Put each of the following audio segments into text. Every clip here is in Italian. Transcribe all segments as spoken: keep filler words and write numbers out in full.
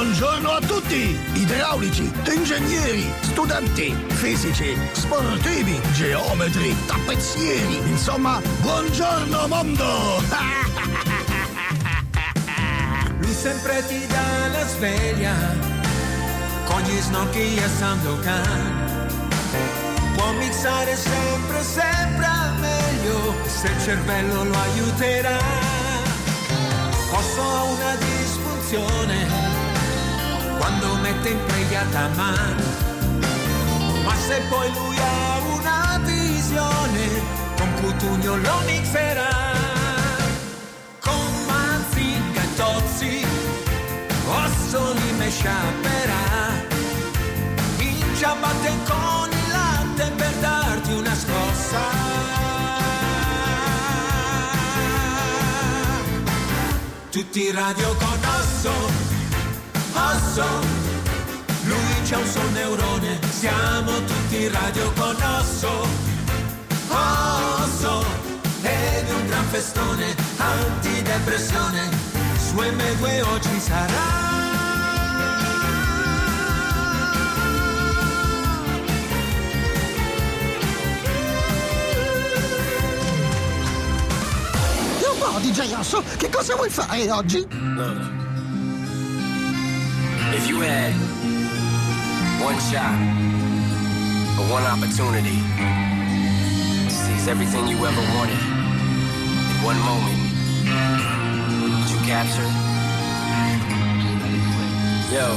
Buongiorno a tutti! Idraulici, ingegneri, studenti, fisici, sportivi, geometri, tappezzieri, insomma, buongiorno mondo! Lui sempre ti dà la sveglia, con gli snocchi e Sandokan. Può mixare sempre, sempre meglio, se il cervello lo aiuterà. Posso ha una disfunzione, quando mette in play Ataman. Ma se poi lui ha una visione, con Cutugno lo mixerà. Con Manzinga e Tozzi, Ossoli me sciaperà. In ciabatte con il latte per darti una scossa. Tutti in radio con Osso, Osso, lui c'ha un solo neurone, siamo tutti in radio con Osso, Osso, ed è un gran festone, antidepressione, su emme due oggi sarà. D J Osso, che cosa vuoi fare oggi? Look, if you had one shot or one opportunity to seize everything you ever wanted in one moment, would you capture it? Yo.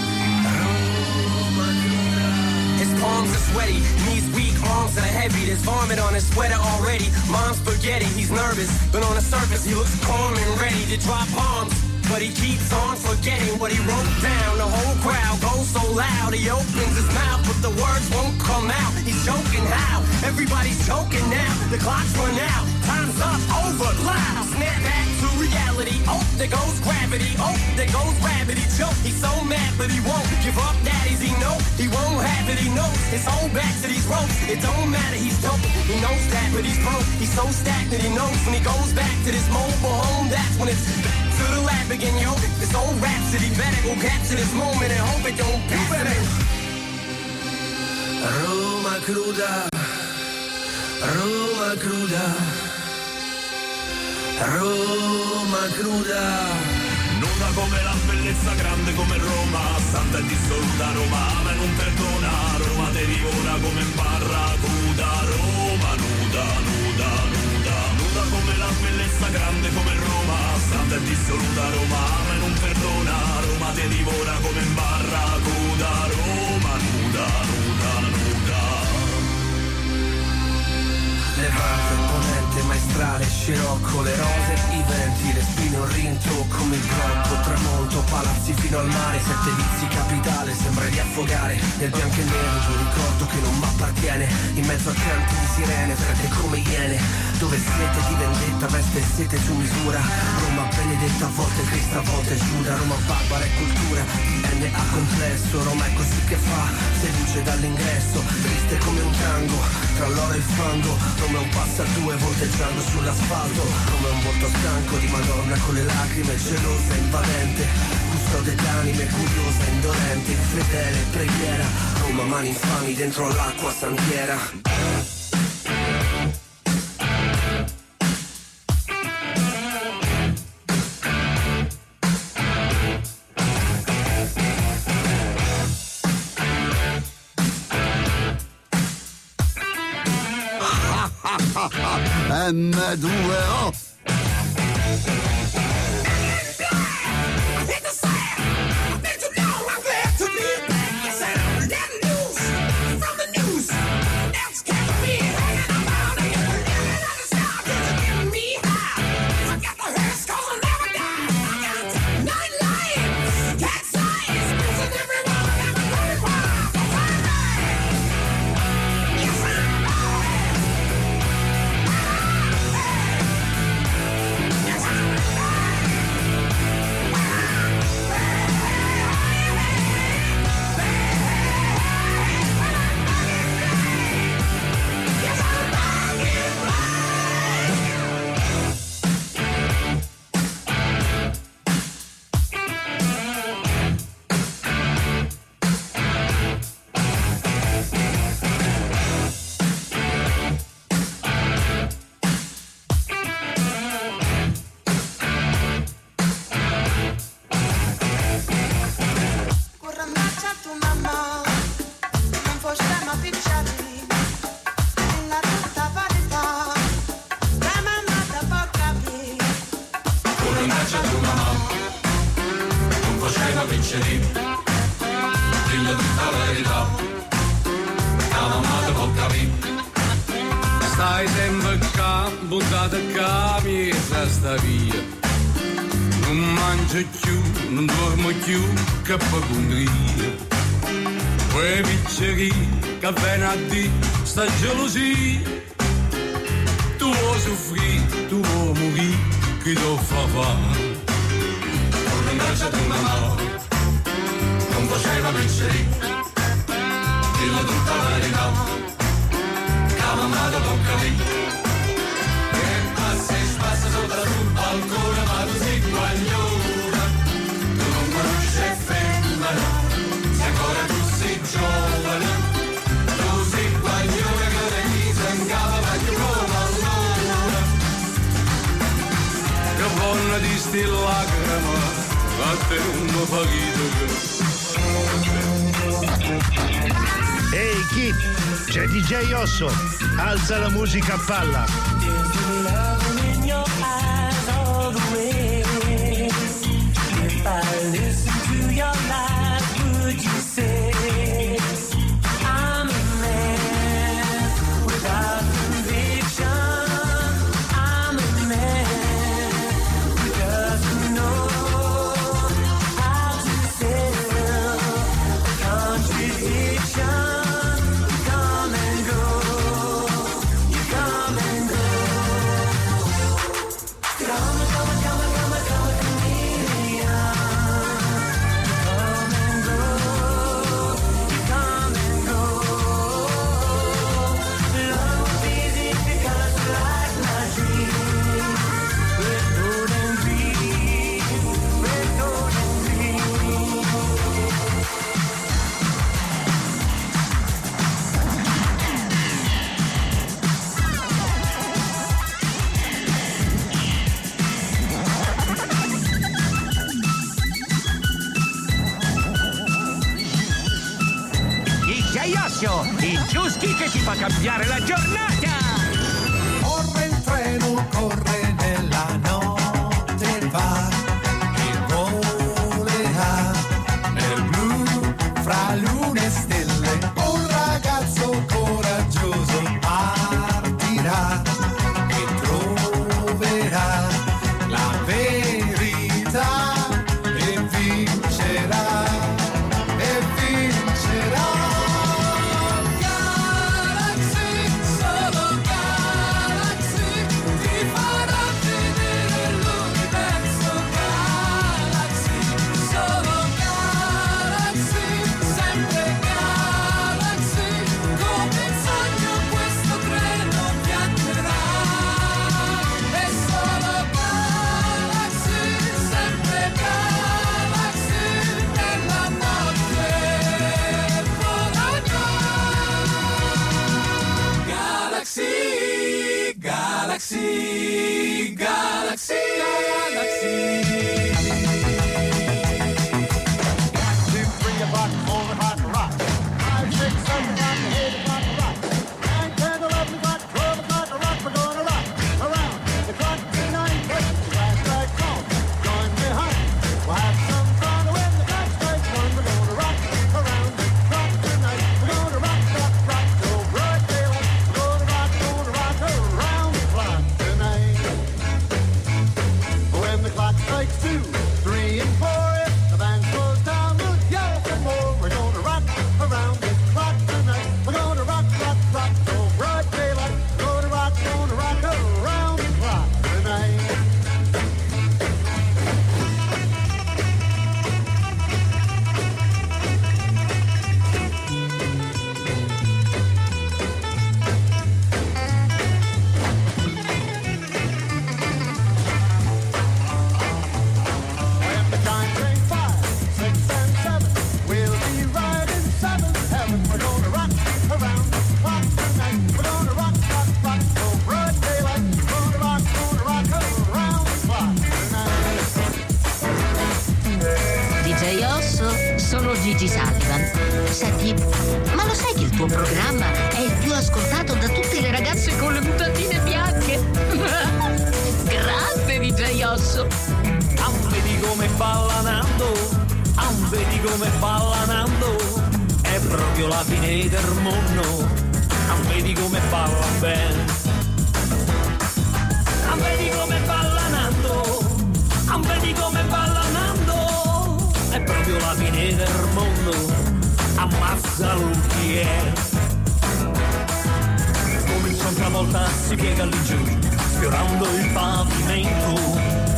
His palms are sweaty, knees weak, arms are heavy. There's vomit on his sweater already. Mom's spaghetti, he's nervous, but on the surface he looks calm and ready to drop bombs. But he keeps on forgetting what he wrote down. The whole crowd goes so loud, he opens his mouth, but the words won't come out. He's choking how? Everybody's choking now. The clock's run out, time's up, over, loud. Snap back to reality. Oh, there goes gravity. Oh, there goes rabbit. He choke. He's so mad, but he won't give up. Daddies, he know he won't have it. He knows his whole back to these ropes. It don't matter, he's dope. He knows that, but he's broke. He's so stagnant. He knows when he goes back to this mobile home, that's when it's back to the lab again, yo. This old rhapsody better go capture this moment and hope it don't pass it. Roma cruda, Roma cruda, Roma cruda. Nuda come la bellezza, grande come Roma, santa e dissoluta Roma, ma non perdona. Roma te divora come barracuda. Roma nuda, nuda, nuda. Nuda come la bellezza, grande come Roma, santa e dissoluta Roma, ma non perdona. Roma te divora come barracuda. Roma nuda, nuda, nuda. Levante, potente, maestrale, scirocco, le rose, i venti, le spine, un rintocco, il blocco, tramonto, palazzi fino al mare, sette vizi, capitale, sembra di affogare nel bianco e nero di un ricordo che non m'appartiene, in mezzo a canti di sirene, fredde come iene, dove sete di vendetta, veste sete su misura, Roma benedetta, a volte Cristo, a volte Giuda, Roma barbara e cultura, D N A complesso, Roma è così che fa, seduce dall'ingresso, triste come un tango, tra l'oro e il fango, Roma è un passo a due volteggiando sull'asfalto, Roma è un volto stanco di Madonna con le lacrime, gelosa e invadente, custode d'anime, curiosa e indolente, infedele, preghiera, Roma mani infami dentro all'acqua santiera. emme due O. vincere, dillo tutta la verità, la mamma te può capire. Stai sempre qua, buttata qua, miesa sta via. Non mangio più, non dormo più, che pagundria. Quei piccerie che venerdì, sta gelosia. Tu vuoi soffrire, tu vuoi morire, che tu fa fare? Con l'ingaccia di mamma, non faceva vincere, dillo tutta la verità. Mamma da bocca lì che passa e spassa sopra sul balcone, ma tu sei guagliona, tu non conosci e femmina, se ancora tu sei giovane, tu sei guagliona che ora mi sangava ma più come allora. Che buona di sti lacrima, a te non fa ridere. Ehi Kid, c'è D J Osso, alza la musica a palla. Il giusti che ti fa cambiare la giornata! Corre il treno, corre nella notte, va e volerà nel blu fra lune e stelle. Un ragazzo coraggioso partirà e troverà la verità e vincerà, e vincerà. Galaxy, Galaxy, Galaxy. Two, three o'clock, four o'clock, rock. Five, six, seven o'clock, eight o'clock, rock. Nine, ten, eleven o'clock, twelve o'clock, rock. We're gonna rock around the clock tonight. Last strike home, join me home. We'll have some fun when the clock strikes one. We're gonna rock around the clock tonight. We're gonna rock, rock, rock till broad daylight. We're gonna rock, gonna rock around the clock tonight. When the clock strikes two, three, and four, if the band slows down, we'll yell some more. We're gonna rock around the clock tonight. We're gonna rock, rock, rock till broad daylight. We're gonna rock, gonna rock around the clock tonight. When the time rings five, six, and seven, we'll be riding seventh heaven. We're gonna rock around the clock tonight. We're gonna rock, rock, rock till broad daylight. We're gonna rock, gonna rock around the clock tonight. D J Osso, sono Gigi Sullivan. Senti, ma lo sai che il tuo programma è il più ascoltato da tutte le ragazze con le mutandine bianche? Grande D J Osso! Ah, vedi come balla Nando, ah, vedi come balla Nando, è proprio la fine del mondo. Vedi come balla bene, vedi come balla Nando, vedi come balla Nando, è proprio la fine del mondo. Ammazza lui chi è. Comincia un'altra volta, si piega lì giù, sfiorando il pavimento.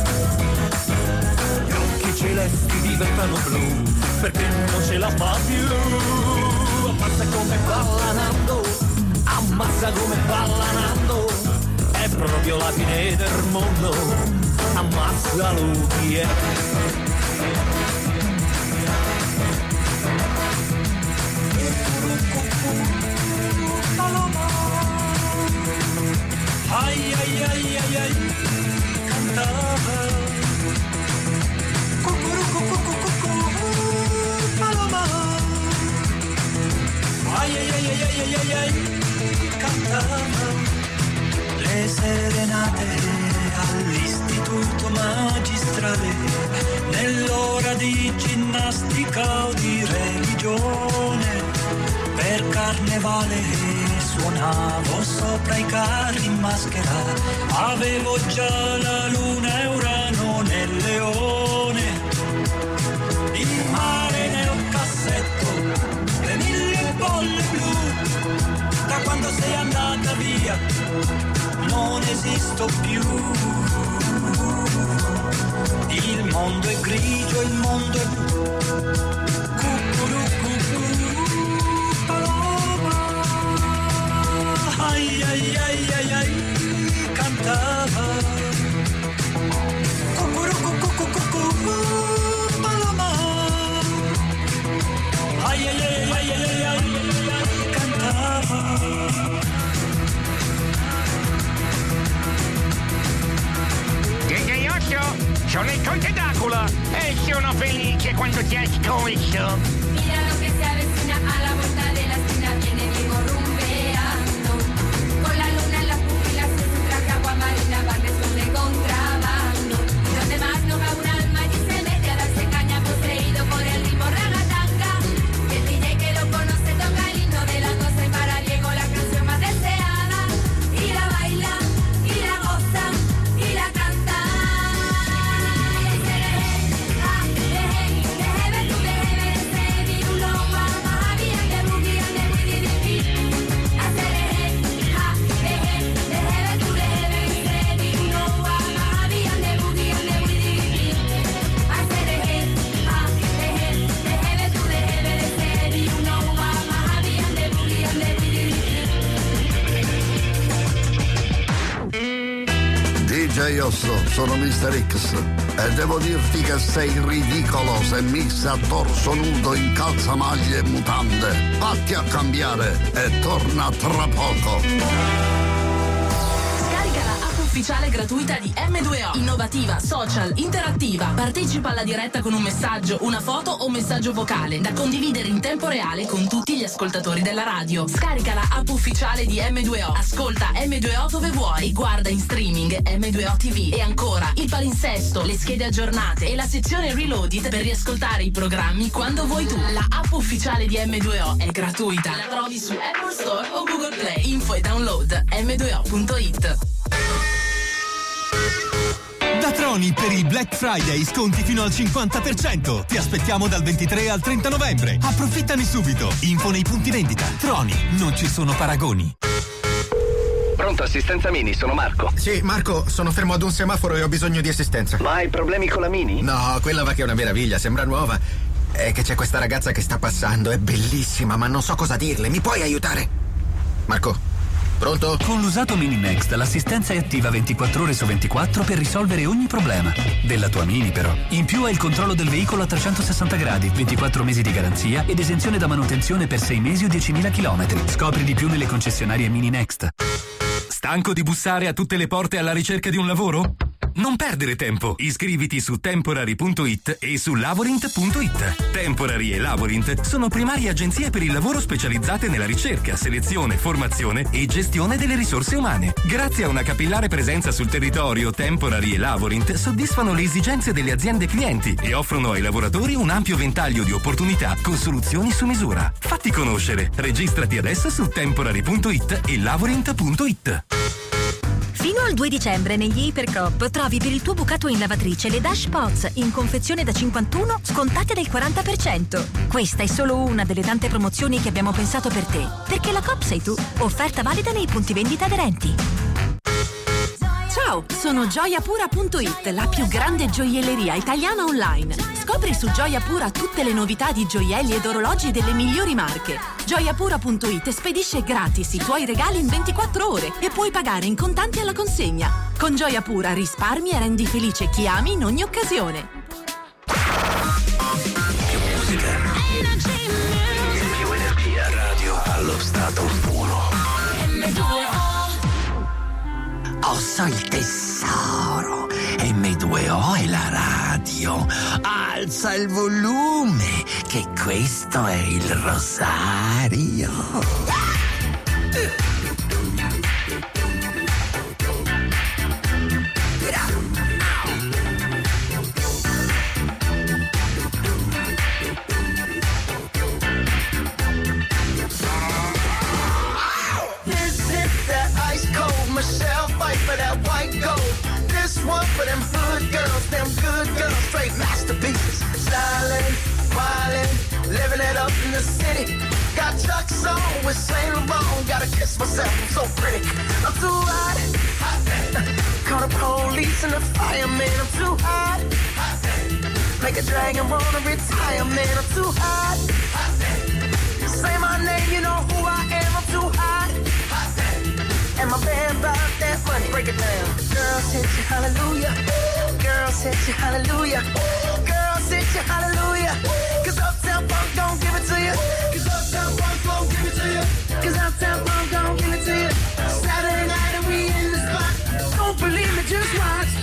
Gli occhi celesti diventano blu, perché non ce la fa più. Ammazza come balla Nando, ammazza come balla Nando, è proprio la fine del mondo. Ammazza lui chi è. Ai ai ai ai ai, cantava. Paloma. Ai ai ai ai ai ai ai, cantava. Le serenate all'istituto magistrale, nell'ora di ginnastica o di religione, per carnevale suonavo sopra i carri in maschera, avevo già la luna e Urano nel leone, il mare nel cassetto, le mille bolle blu, da quando sei andata via non esisto più. Il mondo è grigio, il mondo è blu. Ai ai ai ai ai, cantava. Paloma. Ai ai ai ai ai ai, cantava. D J Osso, sono il conte Dracula e sono felice quando ti ascolto. Mira lo que se avecina a la vuelta de la esquina, viene Diego rumbeando, con la luna en las pupilas y su traje agua marina va que son de contrabando. Donde más no va un alma y se mete a darse caña, poseído por el ritmo ragatanga. Y el D J que lo conoce toca el himno de la cosa y para Diego la canción más deseada. Y la baila, y la goza, y la canta. Y el seré, ah, deje, deje ver tu deje ver ese virulo, mamá, había que boogie and the witty witty. A seré, ah, deje, deje ver tu deje ver ese virulo, mamá, había que boogie and the witty witty. A seré, ah, deje, deje ver tu deje ver ese virulo, mamá, había que boogie and the witty witty. D J Osso, sono mister X e devo dirti che sei ridicolo se mixi a torso nudo in calzamaglie e mutande. Vatti a cambiare e torna tra poco. Scarica la app ufficiale gratuita di emme due o. Innovativa, social, interattiva. Partecipa alla diretta con un messaggio, una foto o messaggio vocale da condividere in tempo reale con tutti gli ascoltatori della radio. Scarica la app ufficiale di emme due o. Ascolta emme due o dove vuoi. Guarda in streaming emme due o tivù. E ancora il palinsesto, le schede aggiornate e la sezione Reloaded per riascoltare i programmi quando vuoi tu. La app ufficiale di emme due o è gratuita. La trovi su Apple Store o Google Play. Info e download emme due o punto it. Da Troni per il Black Friday sconti fino al cinquanta per cento. Ti aspettiamo dal ventitré al trenta novembre. Approfittane subito. Info nei punti vendita. Troni, non ci sono paragoni. Pronto, assistenza Mini, sono Marco. Sì, Marco, sono fermo ad un semaforo e ho bisogno di assistenza. Ma hai problemi con la Mini? No, quella va che è una meraviglia, sembra nuova. È che c'è questa ragazza che sta passando, è bellissima, ma non so cosa dirle. Mi puoi aiutare? Marco? Pronto? Con l'usato Mini Next l'assistenza è attiva ventiquattro ore su ventiquattro per risolvere ogni problema. Della tua Mini però. In più hai il controllo del veicolo a trecentosessanta gradi, ventiquattro mesi di garanzia ed esenzione da manutenzione per sei mesi o diecimila chilometri. Scopri di più nelle concessionarie Mini Next. Stanco di bussare a tutte le porte alla ricerca di un lavoro? Non perdere tempo. Iscriviti su temporary punto it e su lavorint punto it. Temporary e Lavorint sono primarie agenzie per il lavoro specializzate nella ricerca, selezione, formazione e gestione delle risorse umane. Grazie a una capillare presenza sul territorio, Temporary e Lavorint soddisfano le esigenze delle aziende clienti e offrono ai lavoratori un ampio ventaglio di opportunità con soluzioni su misura. Fatti conoscere. Registrati adesso su temporary punto it e lavorint punto it. Fino al due dicembre negli Ipercoop trovi per il tuo bucato in lavatrice le Dash Pots in confezione da cinquantuno scontate del quaranta per cento. Questa è solo una delle tante promozioni che abbiamo pensato per te, perché la Coop sei tu. Offerta valida nei punti vendita aderenti. Ciao, sono gioiapura punto it, la più grande gioielleria italiana online. Scopri su Gioiapura tutte le novità di gioielli ed orologi delle migliori marche. gioiapura punto it spedisce gratis i tuoi regali in ventiquattro ore e puoi pagare in contanti alla consegna. Con Gioiapura risparmi e rendi felice chi ami in ogni occasione. Più musica. Più energia. Radio allo stato puro. Osso il tesoro. emme due o è la radio. Alza il volume, che questo è il Rosario. Michelle fight for that white gold. This one for them hood girls, them good girls, straight masterpieces. Stylin', wildin', living it up in the city. Got Chuck's on with Saint Laurent. Gotta kiss myself, I'm so pretty. I'm too hot. Call the police and the fireman. I'm too hot. Make a dragon wanna retire, man. I'm too hot. Say my name, you know who I am. I'm too hot. And my band bought that money. Break it down. Girls hit you, hallelujah. Girls hit you, hallelujah. Girls hit you, hallelujah. Cause Uptown Funk don't give it to you. Cause Uptown Funk don't give it to you. Cause Uptown Funk don't give it to you. Saturday night and we in the spot. Don't believe me, just watch.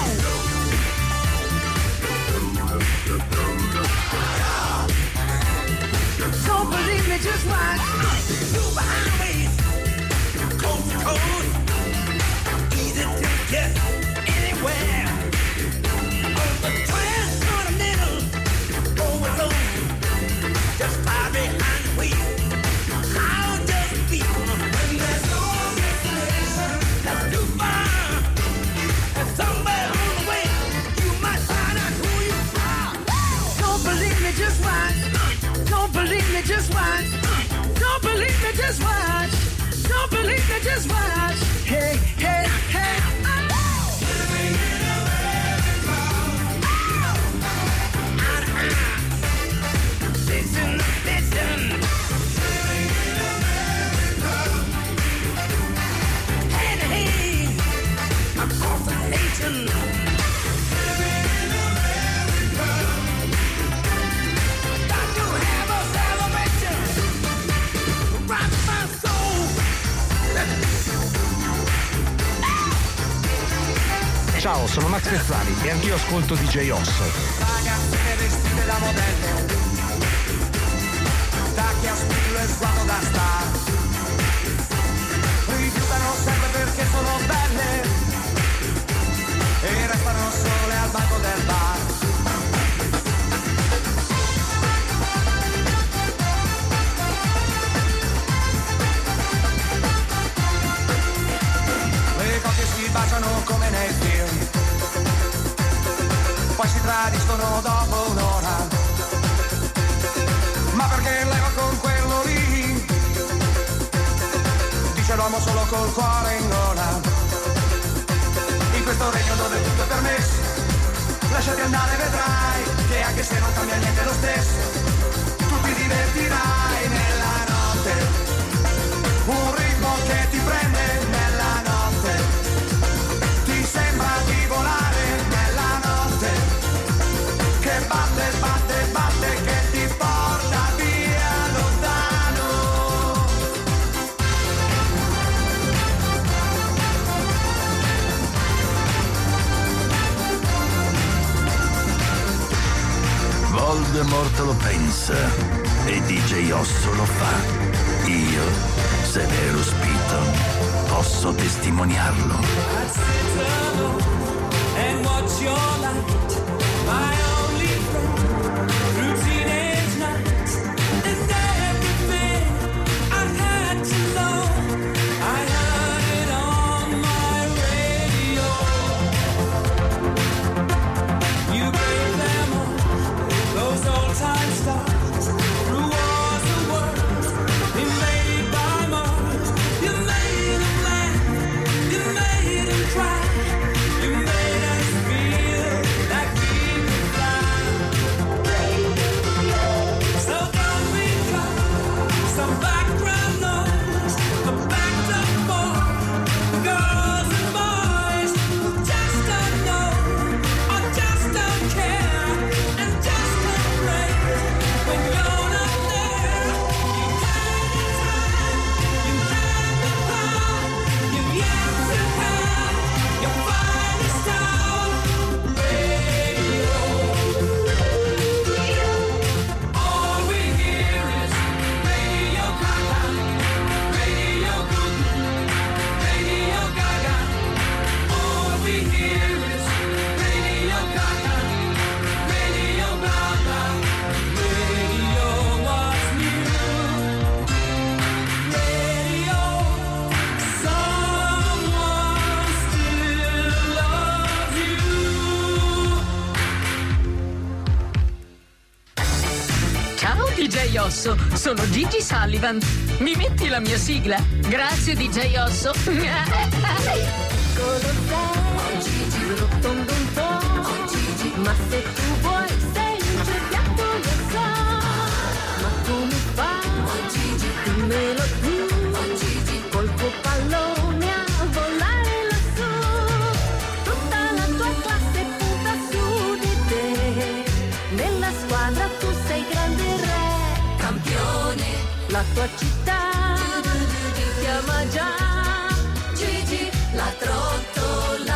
Don't believe me, just watch. Super highways. Coast to coast, easy to get anywhere. On the transcontinental overload, just fly behind the wheel. How does it feel when there's no destination that's too far? And somewhere on the way, you might find out who you are. Don't believe me, just watch. Don't believe me, just watch. Don't believe me, just watch. Don't believe me, just watch. Hey, hey, hey. Living in America. Listen, listen. Living in America. Hey, hey. Across the nation. Living in America. Got to have a celebration. Rock my soul. Ciao, sono Max Pezzali e anch'io ascolto D J Osso. Ragazzine vestite da modelle, tacchi a spillo e sguardo da star, rifiutano sempre perché sono belle e restano sole al banco del bar. Le coppie si baciano come nei film, poi si tradiscono dopo un'ora. Ma perché leva con quello lì? Dice l'uomo solo col cuore in gola. In questo regno dove tutto è permesso, lasciati andare, vedrai che anche se non cambia niente lo stesso, tu ti divertirai nella notte. Un ritmo che ti prende nella notte. Ti sembra di volare nella notte, che batte, batte, batte, che ti porta via lontano. Voldemort lo pensa e D J Osso lo fa. Io, Severus Piton, posso testimoniarlo. And watch your light, my only friend, through teenage nights, and everything I had to know, I heard it on my radio. You gave them all those old time stars, through wars and worlds, invaded by Mars. You made them laugh, you made them cry. You made us feel like we could fly. So don't we try some background noise, a backed up for the girls and boys who just don't know or just don't care and just don't pray when you're not there. You had the time, you had the power, you've yet to have your finest hour. Radio. All we hear is Radio Gaga, Radio Good, Radio Gaga. All we hear is Radio Gaga, Radio Gaga. Radio what's new. Radio, someone still loves you. Ciao D J Osso, sono Gigi Sullivan. Mi metti la mia sigla? Grazie D J Osso. Ma se tu vuoi sei un cerchiato lo so. Ma come fai? Dimmelo tu. Col tuo pallone a volare lassù. Tutta la tua classe punta su di te. Nella squadra tu sei grande re. Campione. La tua città ti chiama già Gigi la trottola.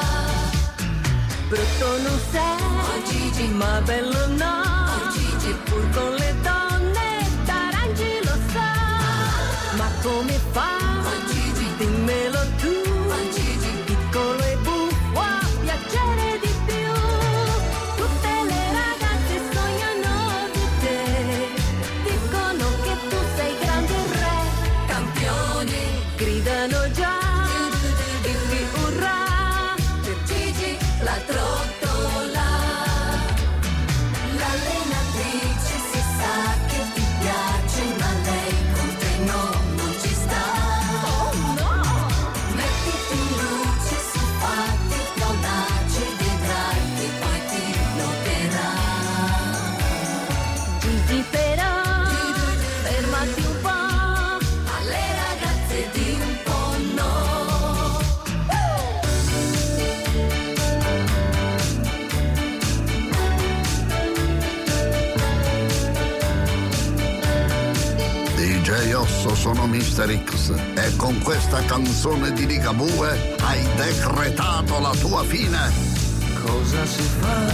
Brutto non sei, oh Gigi, ma bello no, oh Gigi, pur con le donne t'arrangi lo so, ma come fai, oh Gigi, dimmelo tu, oh Gigi, piccolo e buffo a piacere di più, tutte le ragazze sognano di te, dicono che tu sei grande re, campione, gridano già, il urrà, per Gigi la trottola. L'allenatrice si sa che ti piace, ma lei con te no, non ci sta. Oh no! Mettiti in luce, siffatti, audace, vedrai che poi ti noterà. Gigi però, fermati un po', alle ragazze di un po' no. D J Osso, sono mister X e con questa canzone di Ligabue hai decretato la tua fine. Cosa si fa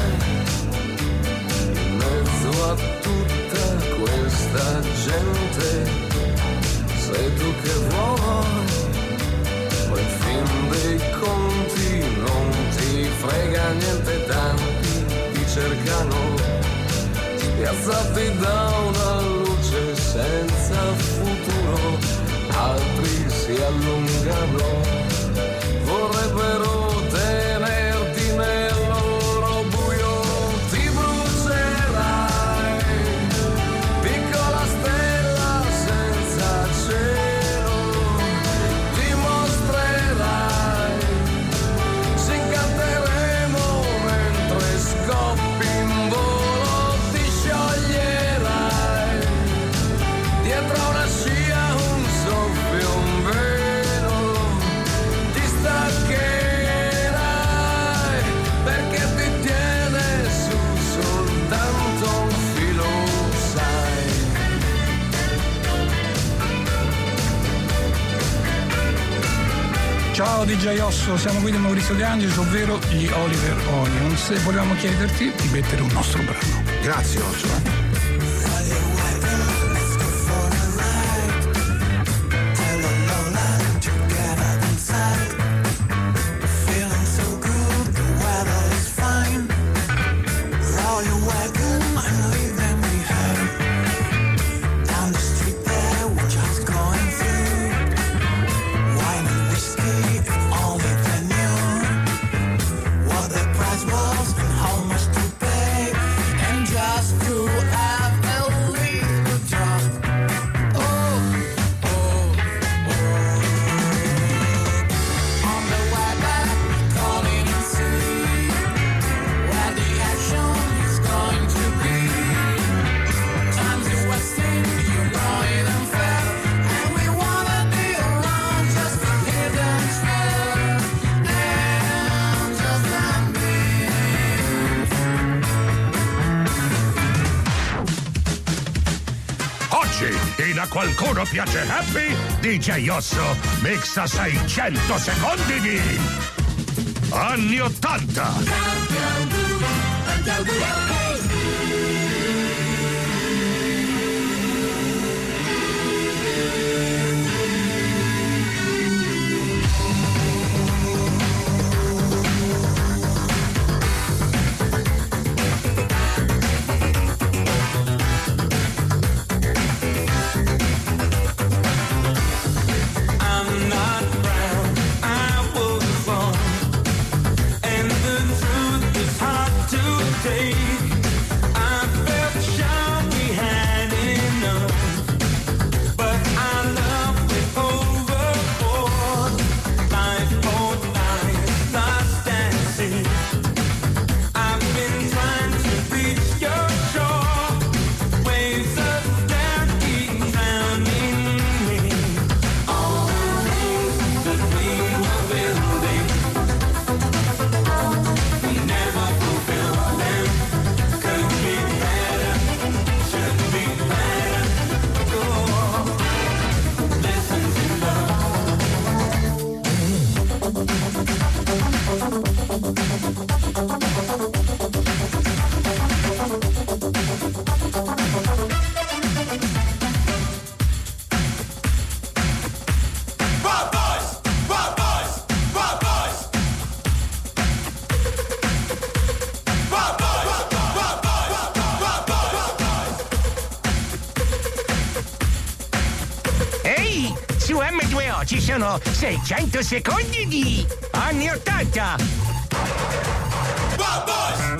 in mezzo a tutta questa gente? Sei tu che vuoi, ma in fin dei conti non ti frega niente, tanti ti cercano, spiazzati da una luce senza futuro, altri si allungano, vorrebbero tenerti nel loro buio, ti brucerai, piccola stella senza cielo, ti mostrerai, ci incanteremo mentre scoppi in volo, ti scioglierai, dietro una scia un soffio, un velo, ti staccherai, perché ti tiene su soltanto un filo, sai. Ciao D J Osso, siamo qui di Maurizio De Angelis, ovvero gli Oliver Onions, e volevamo chiederti di mettere un nostro brano. Grazie, Oso. E a qualcuno piace Happy? D J Osso mixa seicento secondi di anni ottanta. Su M due O ci sono seicento secondi di anni ottanta. Bad Boys!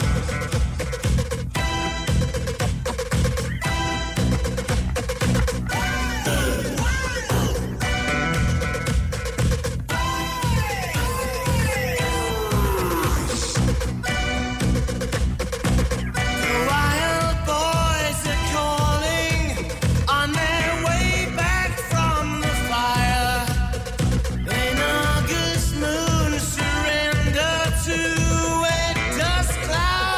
Moon surrender to a dust cloud.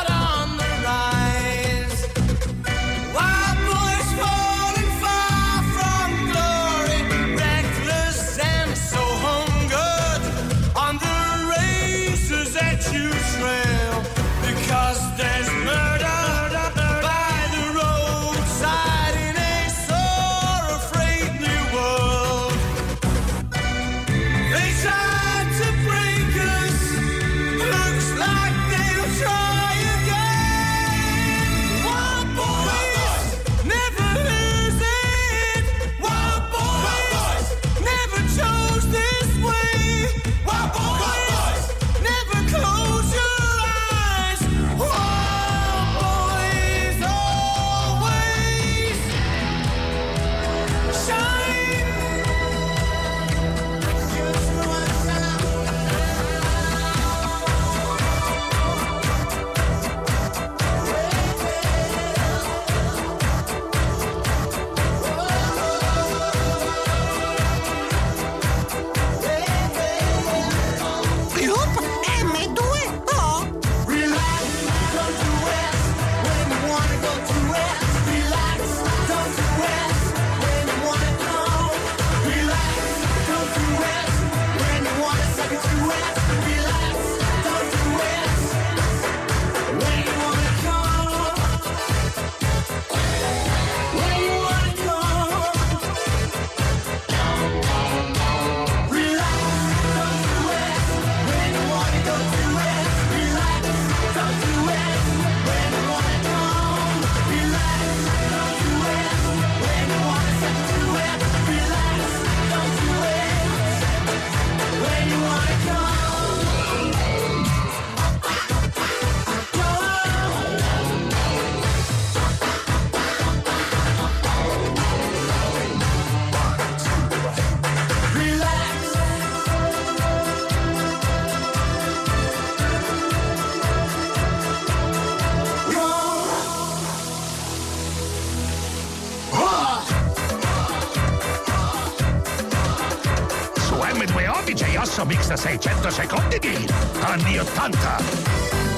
D J Osso mixa seicento secondi di anni ottanta.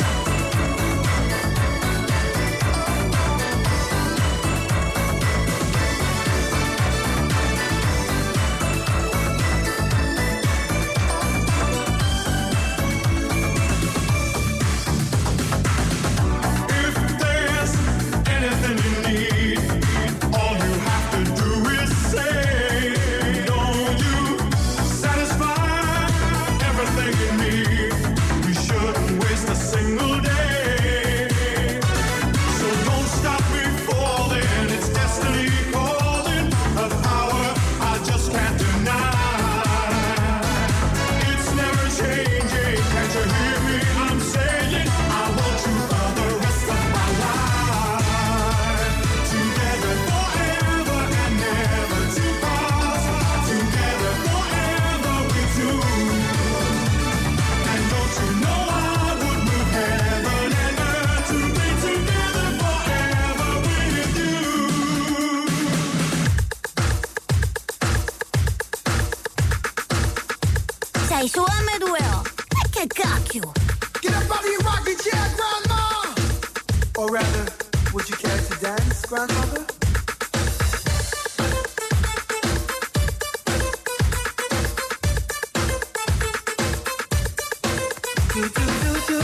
Sei su emme due o. E che cacchio? Get up out of your rocking chair, grandma! Or rather, would you care to dance, grandmother? Do, do, do, do.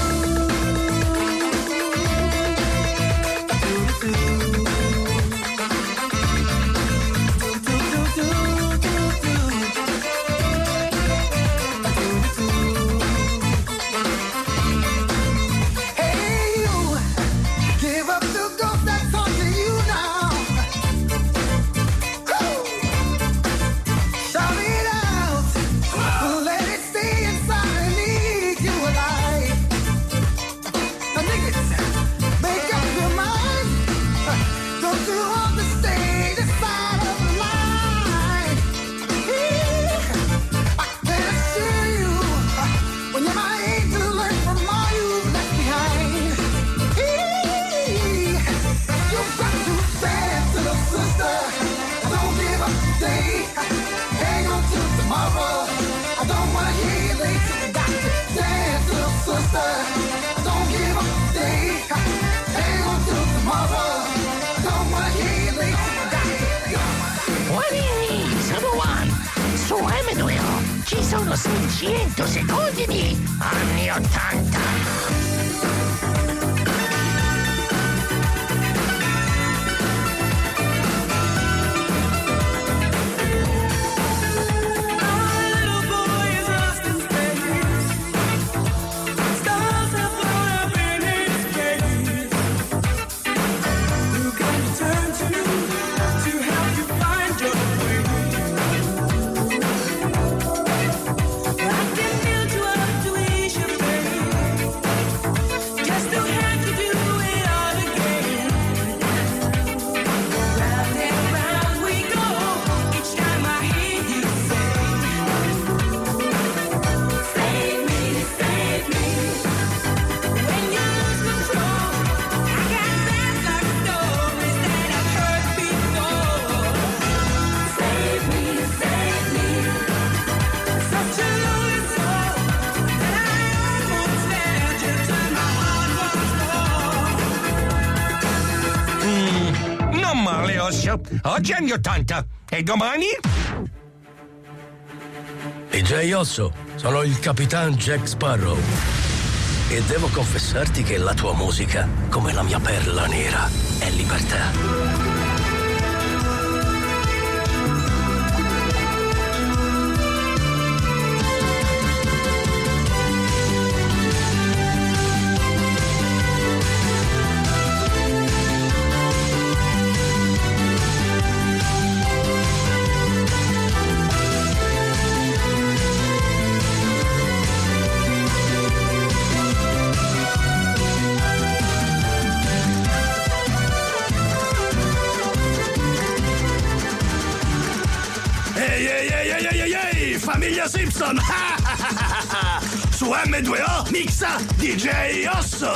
Su emme due o ci sono seicento secondi di anni ottanta. Oggi anni ottanta e domani? D J Osso, sono il Capitan Jack Sparrow e devo confessarti che la tua musica, come la mia perla nera, è libertà. Famiglia Simpson! Su emme due o mixa D J Osso!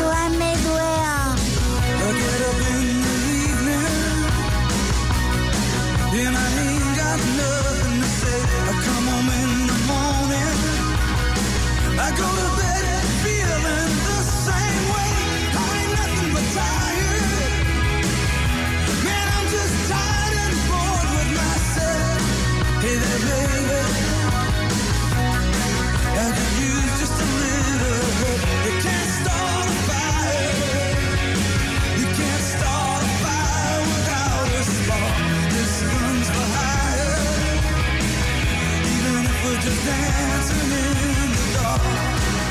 emme due o. I get up in the evening and I ain't got nothing to say. I come home in the morning, I go to bed feeling the same way. I ain't nothing but tired. Man, I'm just tired and bored with myself. Hey there, baby, I could use just a little help. You can't start a fire. You can't start a fire without a spark. This gun's for hire. Even if we're just dancing in the dark.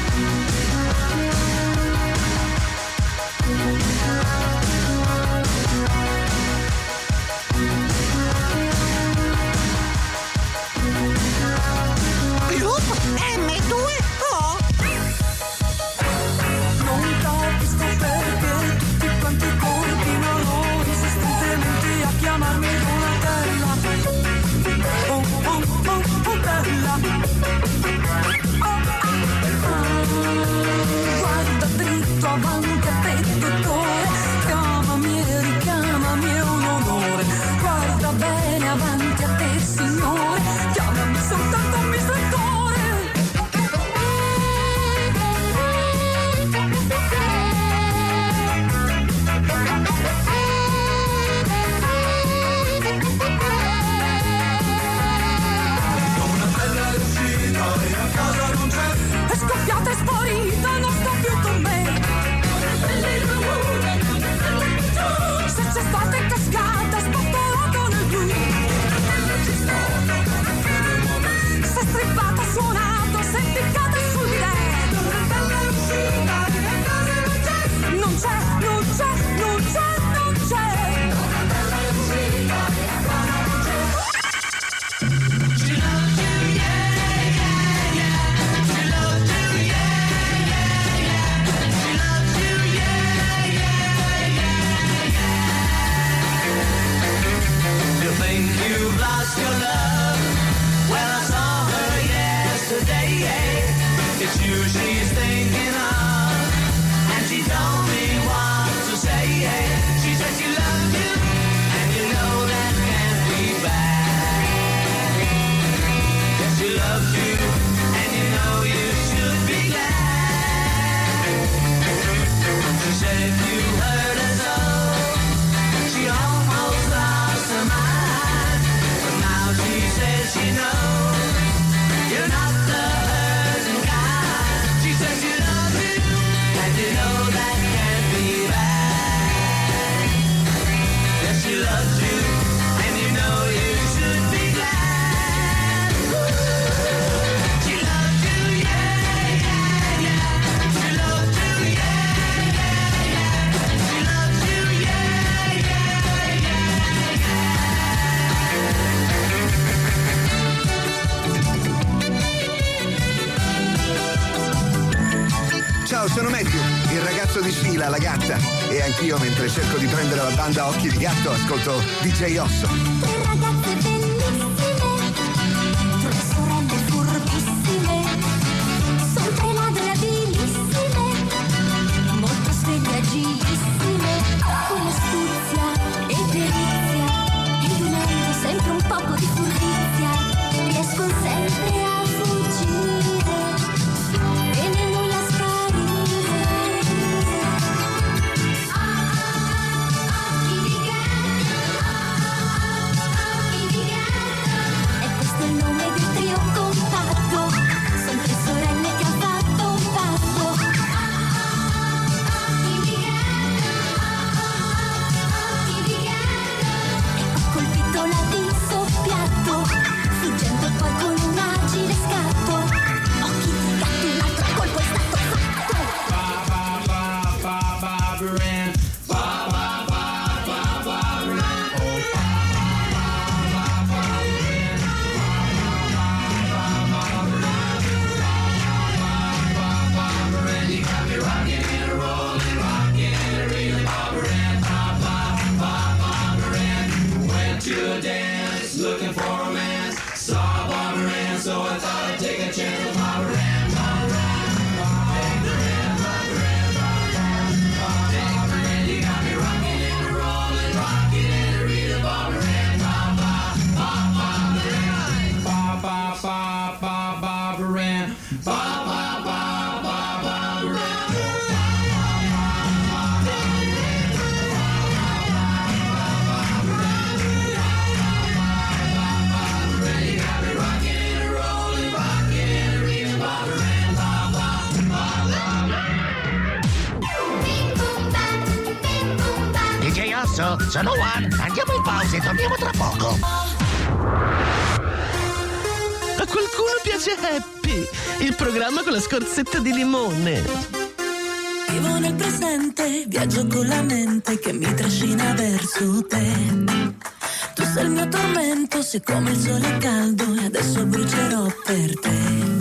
Gruppo emme due o. Non capisco perché tutti quanti continuano insistentemente a chiamarmi Donatella. Oh, oh, oh, oh, bella. Oh, ah, guarda dritto avanti a petto cuore, chiamami e richiamami è un onore. Guarda bene avanti a te signore, chiamami soltanto un amministratore. È scoppiata, è sparita, non sta più con me. Se c'è stata è cascata, spapolata nel blu. Se è strippata, suonato, se è piccata sul bidet. Non c'è, non c'è, non c'è, non c'è. You think you've lost your love? Well, I saw her yesterday. It's you she's thinking of, and she told me what to say. She said she loved you, and you know that can't be bad. Yes, she loved you, and you know you should be glad. She said if you heard her so, she almost lost her mind. But now she says she knows you're not the hurting kind. She says she loves you, and you know that can't be bad. Yes, she loves you, and you know you should be glad. She loves you, yeah, yeah, yeah. She loves you, yeah, yeah, yeah. She loves you, yeah, yeah, Ciao, sono Matthew, il ragazzo di Sheila, la gatta. E anch'io, mentre cerco di prendere la banda a Occhi di Gatto, ascolto D J Osso. Ragazze bellissime, tre sorelle furbissime, sono tre ladre abilissime, molto sveglie agilissime, con astuzia e perizia, ed unendo sempre un poco di furbizia, riescono sempre a fuggire e nel nulla sparire. Occhi di gatto, occhi di gatto, e questo è il nome del trio compatto, son tre sorelle che han fatto un patto. Occhi di gatto, occhi di gatto, e ho colpito la di soppiatto, fuggendo poi con un agile scatto. Occhi di gatto, un altro colpo è stato fatto. To dance, looking for romance. Saw Barbara Ann, so I thought I'd take a chance with Barbara Ann. Barbara Ann, Barbara Ann, Barbara Ann, Barbara Ann. Adesso sono One, andiamo in pausa e torniamo tra poco. A qualcuno piace Happy, il programma con la scorzetta di limone. Vivo nel presente, viaggio con la mente che mi trascina verso te. Tu sei il mio tormento, siccome il sole è caldo e adesso brucerò per te.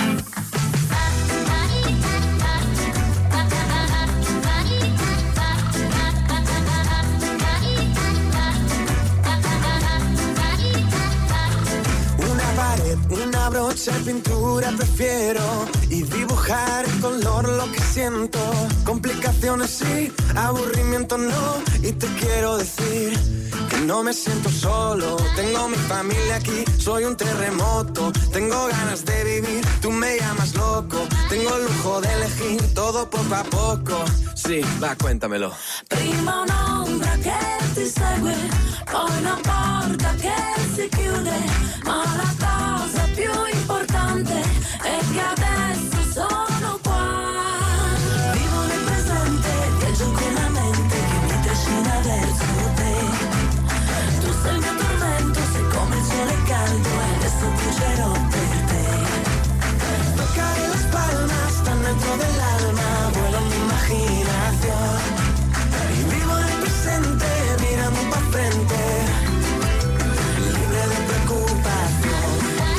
Una brocha de pintura prefiero y dibujar en color lo que siento. Complicaciones sí, aburrimiento no. Y te quiero decir que no me siento solo. Tengo mi familia aquí, soy un terremoto. Tengo ganas de vivir, tú me llamas loco. Tengo el lujo de elegir todo poco a poco. Sí, va, cuéntamelo. Prima un'ombra che ti segue, poi una porta che si chiude, ma la cosa più importante è che adesso sono qua. Vivo nel presente, viaggio con la mente che mi trascina verso te. Tu sei il mio tormento, sei come il sole caldo e adesso brucerò per te. Toccare las palmas, están dentro del alma, vuelo mi imaginación. Y vivo nel presente, mirando pa' frente, libre de preocupación.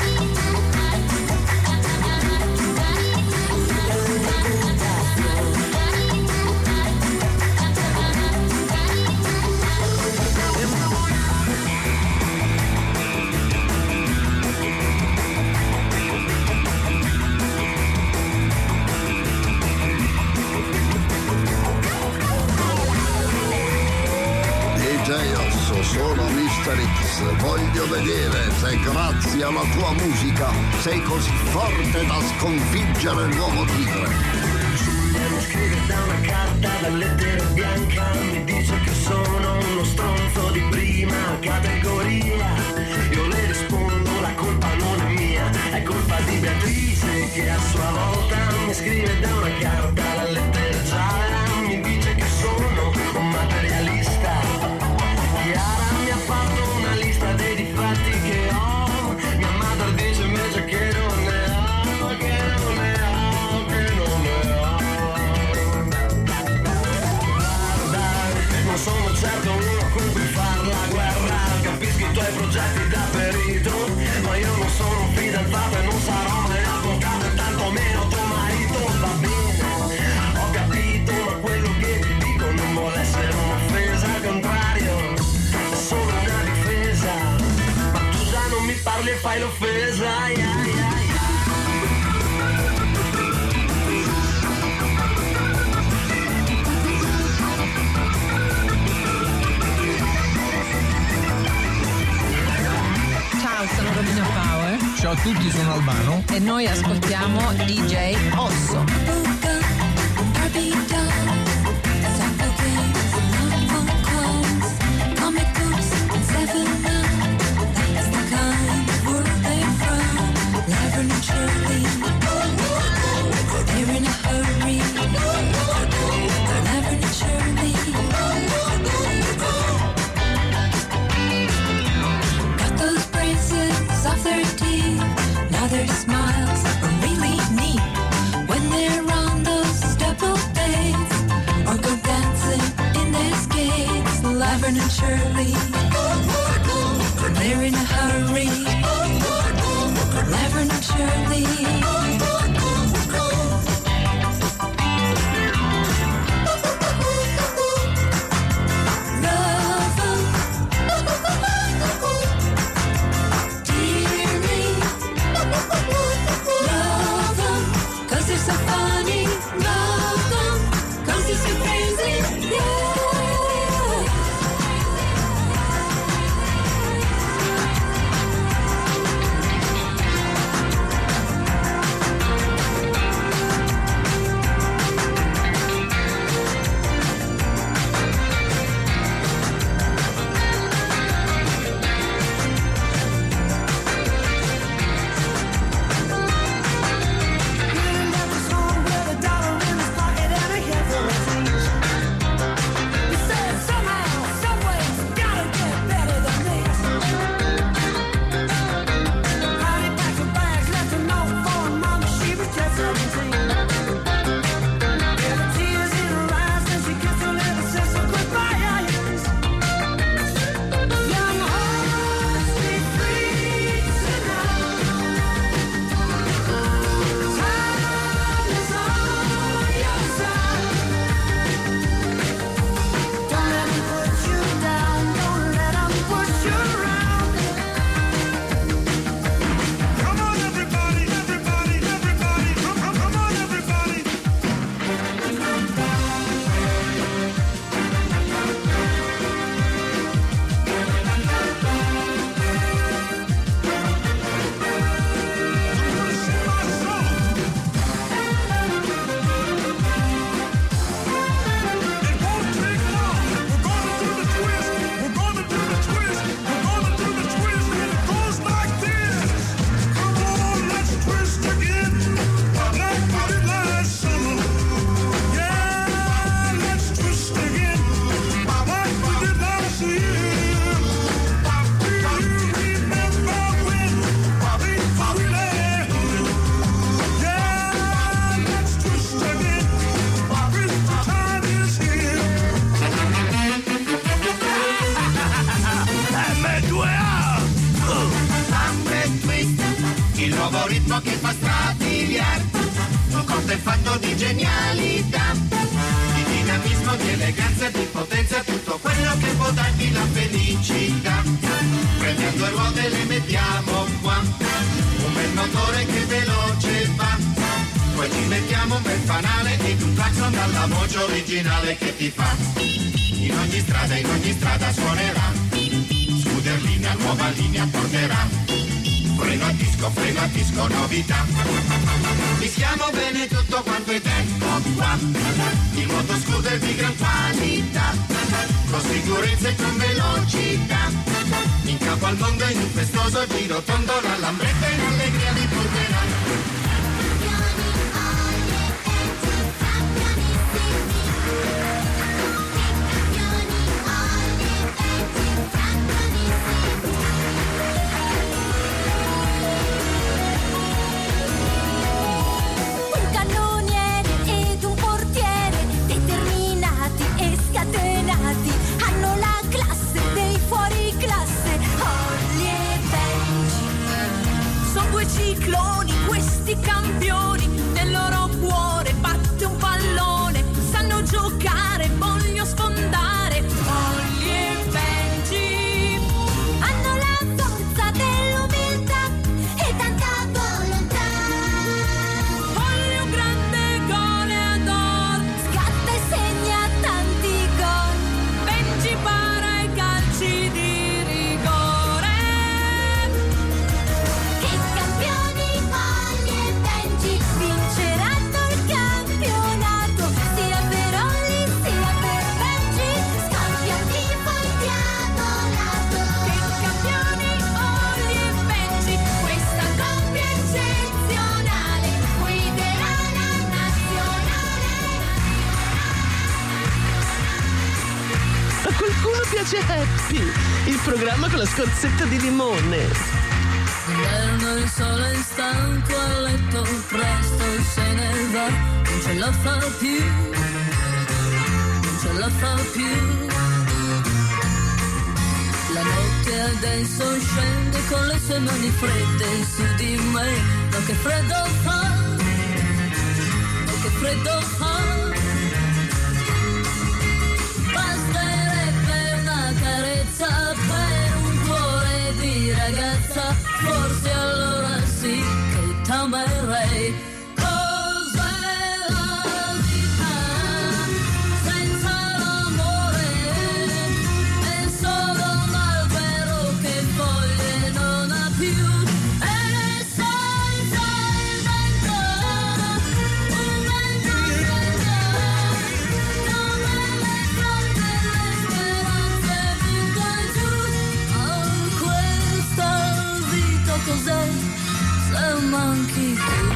D J Osso, sono mister X. Voglio vedere se grazie alla tua musica sei così forte da sconfiggere l'uomo tigre. Mi scrive da una carta da lettera bianca, mi dice che sono uno stronzo di prima categoria. Io le rispondo, la colpa non è mia, è colpa di Beatrice che a sua volta mi scrive da una carta da lettera gialla, mi dice che sono un materialista. Chiara mi ha fatto una lista dei difetti che ho, mia madre dice invece che non ne ho, che non ne ho, che non ne ho. Guarda, non sono certo uno con cui far la guerra, capisco i tuoi progetti da perito, ma io non sono un fidanzato e non sarò mai avvocato e tanto meno tuo marito. Va bene, ho capito, ma quello che ti dico non vuole essere un'offesa, al contrario solo una difesa, ma tu già non mi parli e fai l'offesa, yeah, yeah, yeah. Ciao, sono Romina Power. Ciao a tutti, sono Albano. E noi ascoltiamo D J Osso. They're in a hurry, never naturally. Got those braces off their teeth, now their smiles are really neat. When they're on those double dates, or go dancing in their skates. Laverne and Shirley, they're in a hurry. Laverne and Shirley. nuovo ritmo che fa strabiliare, un cocktail fatto di genialità, di dinamismo, di eleganza, di potenza, tutto quello che può darti la felicità. Prendiamo due ruote e le mettiamo qua, un bel motore che veloce va, poi ci mettiamo un bel fanale ed un clacson dalla voce originale che ti fa. In ogni strada, in ogni strada suonerà, scooter linea, nuova linea porterà, freno a disco, freno a disco, novità. Mischiamo bene tutto quanto è tempo qua, il moto scooter di gran qualità, con sicurezza e con velocità, in capo al mondo in un festoso giro tondo, la lambretta in allegria li porterà. Hanno la classe dei fuori classe, Olli e Benji. Sono due cicloni, questi campioni, nel loro cuore batte un pallone, sanno giocare, voglio sfondare, Olli e Benji. Hanno la forza dell'umiltà e tanta volontà. Olli un grande goleador, scatta e segna tanti gol, Benji para i calci di rigore. Che campioni Olli e Benji, vinceranno il campionato, sia per Olli sia per Benji, scoppia il tifo diavolato. Che campioni Olli e Benji, questa coppia eccezionale guiderà la nazionale. A qualcuno piace Happy, il programma con la scorzetta di limone. Inverno il sole è stanco a letto, presto se ne va, non ce la fa più, non ce la fa più. La notte adesso scende con le sue mani fredde su di me, ma che freddo fa, ma che freddo fa. Basterebbe una carezza per un cuore di ragazza, forse allora sì che t'amerei. Cos'è la vita senza l'amore? È solo un albero che foglie non ha più, e senza il vento, un vento che già non è le fronte, le speranze vincono giù. Oh, questa vita cos'è se manchi tu?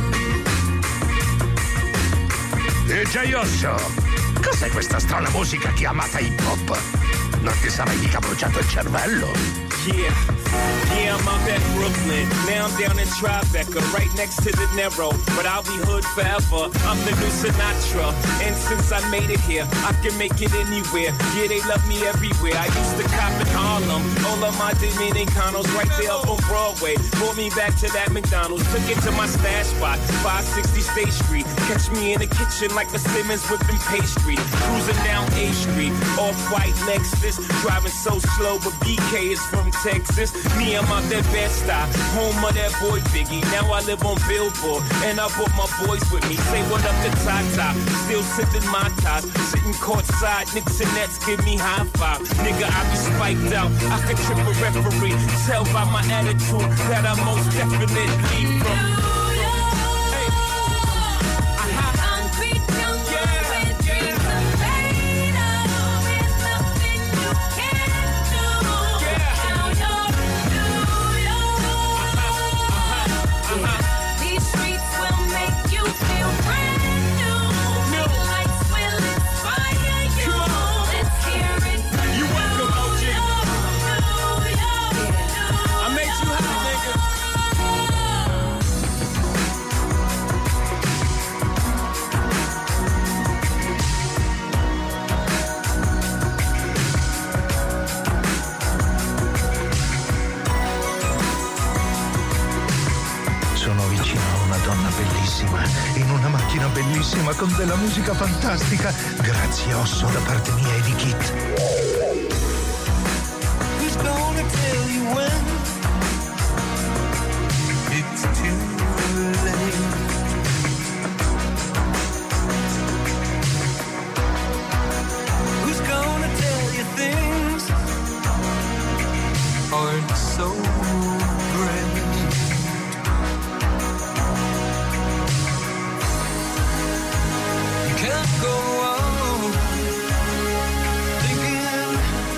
D J Osso, cos'è questa strana musica chiamata hip hop? Non ti sarai mica bruciato il cervello? Yeah, yeah, I'm out at Brooklyn. Now I'm down in Tribeca, right next to the Narrow. But I'll be hood forever. I'm the new Sinatra. And since I made it here, I can make it anywhere. Yeah, they love me everywhere. I used to cop in Harlem. All of my Dominicanos right there up on Broadway. Brought me back to that McDonald's. Took it to my stash spot, five sixty State Street. Catch me in the kitchen like a Simmons whipping pastry. Cruising down A Street, off-white Lexus. Driving so slow, but B K is from Texas. Me, I'm out that Bed-Stuy, home of that boy Biggie. Now I live on Billboard, and I brought my boys with me. Say what up to Tata, still sipping my top. Sitting courtside, Knicks and Nets give me high five. Nigga, I be spiked out, I can trip a referee. Tell by my attitude that I most definitely from. vicino a una donna bellissima, in una macchina bellissima, con della musica fantastica. Grazie Osso da parte mia e di Kit. Who's gonna tell you when it's too late? Who's gonna tell you things aren't so great? You can't go on thinking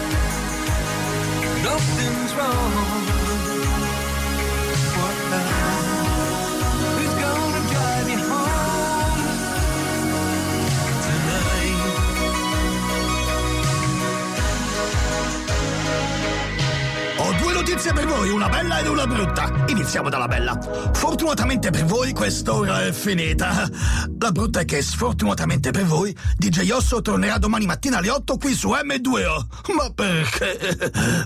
nothing's wrong. What now? Who's gonna drive you home tonight? Ho due notizie per voi, una bella ed una brutta. Iniziamo dalla bella. Fortunatamente per voi quest'ora è finita. La brutta è che sfortunatamente per voi D J Osso tornerà domani mattina alle otto qui su M due O. Ma perché?